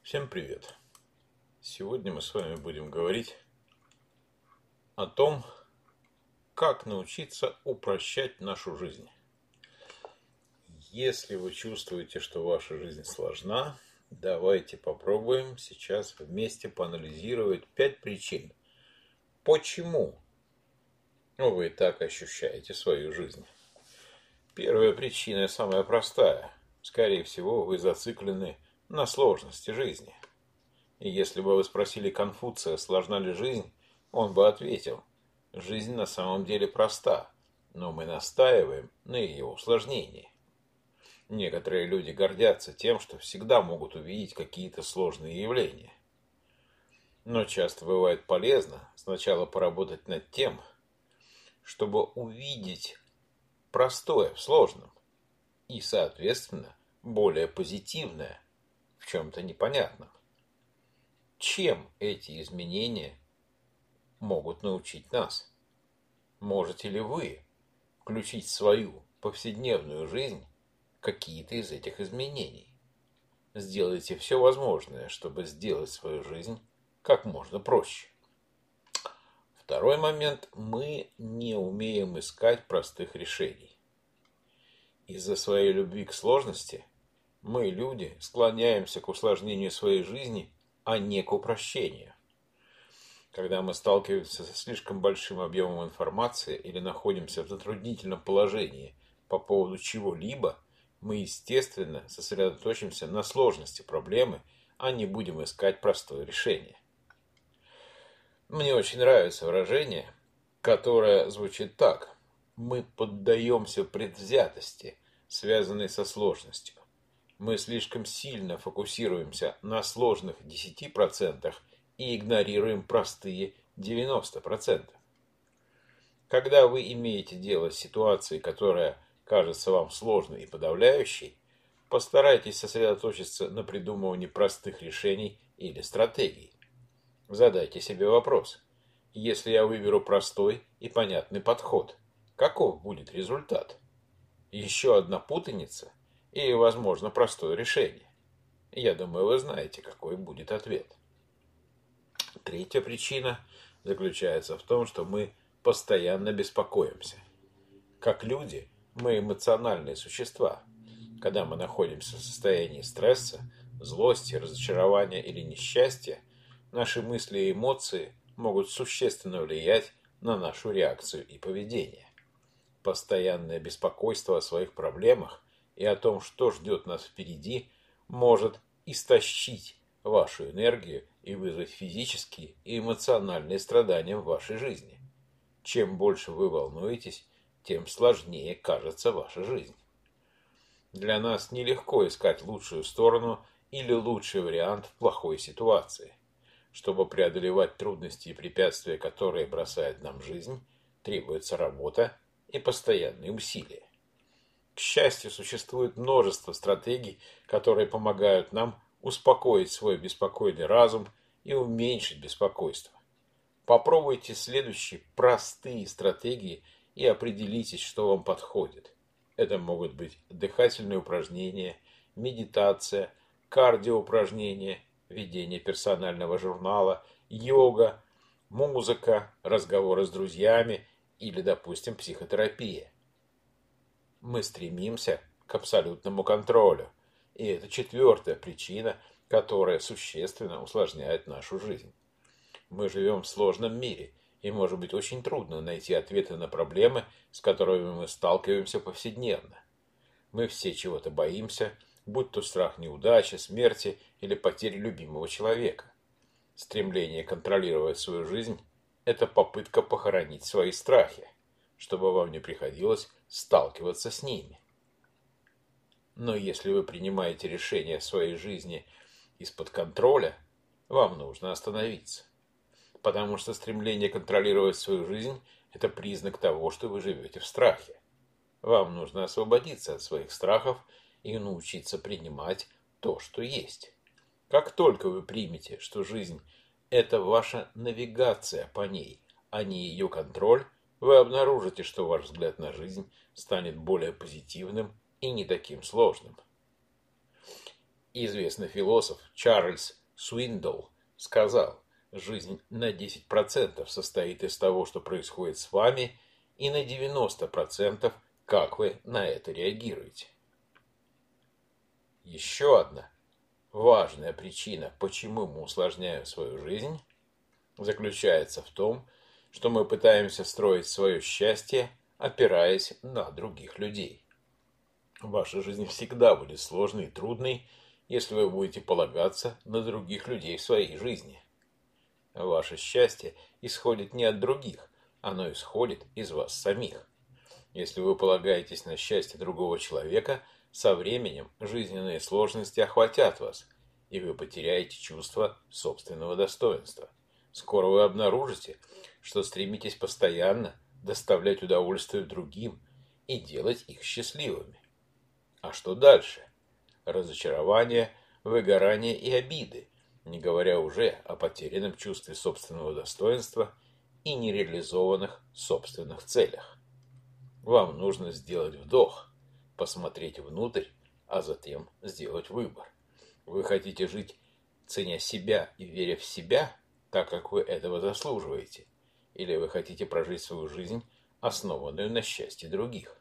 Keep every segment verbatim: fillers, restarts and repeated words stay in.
Всем привет! Сегодня мы с вами будем говорить о том, как научиться упрощать нашу жизнь. Если вы чувствуете, что ваша жизнь сложна, давайте попробуем сейчас вместе поанализировать пять причин, почему вы так ощущаете свою жизнь. Первая причина самая простая. Скорее всего, вы зациклены на сложности жизни. И если бы вы спросили Конфуция, сложна ли жизнь, он бы ответил: жизнь на самом деле проста, но мы настаиваем на ее усложнении. Некоторые люди гордятся тем, что всегда могут увидеть какие-то сложные явления. Но часто бывает полезно сначала поработать над тем, чтобы увидеть простое в сложном и, соответственно, более позитивное в чем-то непонятном. Чем эти изменения могут научить нас? Можете ли вы включить в свою повседневную жизнь какие-то из этих изменений? Сделайте все возможное, чтобы сделать свою жизнь как можно проще. Второй момент. Мы не умеем искать простых решений. Из-за своей любви к сложности мы, люди, склоняемся к усложнению своей жизни, а не к упрощению. Когда мы сталкиваемся со слишком большим объемом информации или находимся в затруднительном положении по поводу чего-либо, мы, естественно, сосредоточимся на сложности проблемы, а не будем искать простое решение. Мне очень нравится выражение, которое звучит так: мы поддаемся предвзятости, связанной со сложностью. Мы слишком сильно фокусируемся на сложных десяти процентах и игнорируем простые девяносто процентов. Когда вы имеете дело с ситуацией, которая кажется вам сложной и подавляющей, постарайтесь сосредоточиться на придумывании простых решений или стратегий. Задайте себе вопрос: если я выберу простой и понятный подход, каков будет результат? Еще одна путаница или, возможно, простое решение? Я думаю, вы знаете, какой будет ответ. Третья причина заключается в том, что мы постоянно беспокоимся. Как люди, мы эмоциональные существа. Когда мы находимся в состоянии стресса, злости, разочарования или несчастья, наши мысли и эмоции могут существенно влиять на нашу реакцию и поведение. Постоянное беспокойство о своих проблемах и о том, что ждет нас впереди, может истощить вашу энергию и вызвать физические и эмоциональные страдания в вашей жизни. Чем больше вы волнуетесь, тем сложнее кажется ваша жизнь. Для нас нелегко искать лучшую сторону или лучший вариант в плохой ситуации. Чтобы преодолевать трудности и препятствия, которые бросает нам жизнь, требуется работа и постоянные усилия. К счастью, существует множество стратегий, которые помогают нам успокоить свой беспокойный разум и уменьшить беспокойство. Попробуйте следующие простые стратегии и определитесь, что вам подходит. Это могут быть дыхательные упражнения, медитация, кардиоупражнения, ведение персонального журнала, йога, музыка, разговоры с друзьями или, допустим, психотерапия. Мы стремимся к абсолютному контролю, и это четвертая причина, которая существенно усложняет нашу жизнь. Мы живем в сложном мире, и может быть очень трудно найти ответы на проблемы, с которыми мы сталкиваемся повседневно. Мы все чего-то боимся, будь то страх неудачи, смерти или потери любимого человека. Стремление контролировать свою жизнь – это попытка похоронить свои страхи, чтобы вам не приходилось сталкиваться с ними. Но если вы принимаете решение в своей жизни из-под контроля, вам нужно остановиться. Потому что стремление контролировать свою жизнь – это признак того, что вы живете в страхе. Вам нужно освободиться от своих страхов и научиться принимать то, что есть. Как только вы примете, что жизнь – это ваша навигация по ней, а не ее контроль, вы обнаружите, что ваш взгляд на жизнь станет более позитивным и не таким сложным. Известный философ Чарльз Суиндл сказал: жизнь на десять процентов состоит из того, что происходит с вами, и на девяносто процентов как вы на это реагируете. Еще одна важная причина, почему мы усложняем свою жизнь, заключается в том, что мы пытаемся строить свое счастье, опираясь на других людей. Ваша жизнь всегда будет сложной и трудной, если вы будете полагаться на других людей в своей жизни. Ваше счастье исходит не от других, оно исходит из вас самих. Если вы полагаетесь на счастье другого человека, со временем жизненные сложности охватят вас, и вы потеряете чувство собственного достоинства. Скоро вы обнаружите, что стремитесь постоянно доставлять удовольствие другим и делать их счастливыми. А что дальше? Разочарование, выгорание и обиды, не говоря уже о потерянном чувстве собственного достоинства и нереализованных собственных целях. Вам нужно сделать вдох, посмотреть внутрь, а затем сделать выбор. Вы хотите жить, ценя себя и веря в себя, так как вы этого заслуживаете, или вы хотите прожить свою жизнь, основанную на счастье других?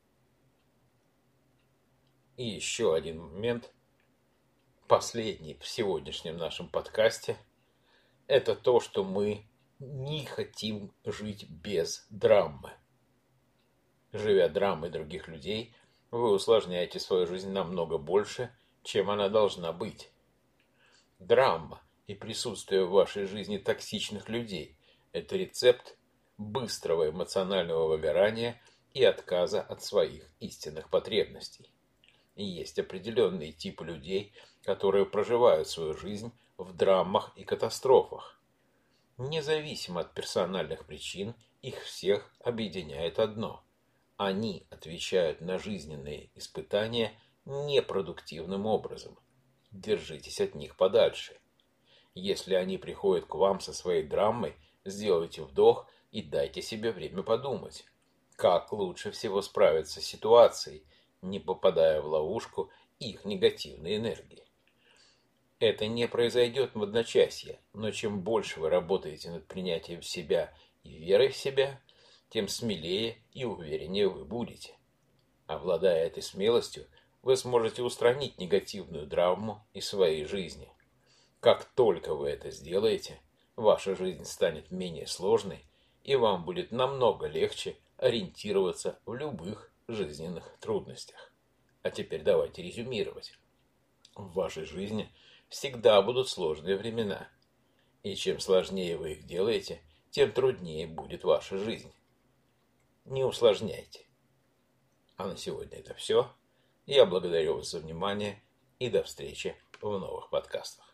И еще один момент, последний в сегодняшнем нашем подкасте, это то, что мы не хотим жить без драмы. Живя драмой других людей, вы усложняете свою жизнь намного больше, чем она должна быть. Драма и присутствие в вашей жизни токсичных людей – это рецепт быстрого эмоционального выгорания и отказа от своих истинных потребностей. И есть определенные типы людей, которые проживают свою жизнь в драмах и катастрофах. Независимо от персональных причин, их всех объединяет одно. Они отвечают на жизненные испытания непродуктивным образом. Держитесь от них подальше. Если они приходят к вам со своей драмой, сделайте вдох и дайте себе время подумать, как лучше всего справиться с ситуацией, не попадая в ловушку их негативной энергии. Это не произойдет в одночасье, но чем больше вы работаете над принятием себя и верой в себя, тем смелее и увереннее вы будете. Обладая этой смелостью, вы сможете устранить негативную драму из своей жизни. Как только вы это сделаете, ваша жизнь станет менее сложной, и вам будет намного легче ориентироваться в любых жизненных трудностях. А теперь давайте резюмировать. В вашей жизни всегда будут сложные времена. И чем сложнее вы их делаете, тем труднее будет ваша жизнь. Не усложняйте. А на сегодня это все. Я благодарю вас за внимание и до встречи в новых подкастах.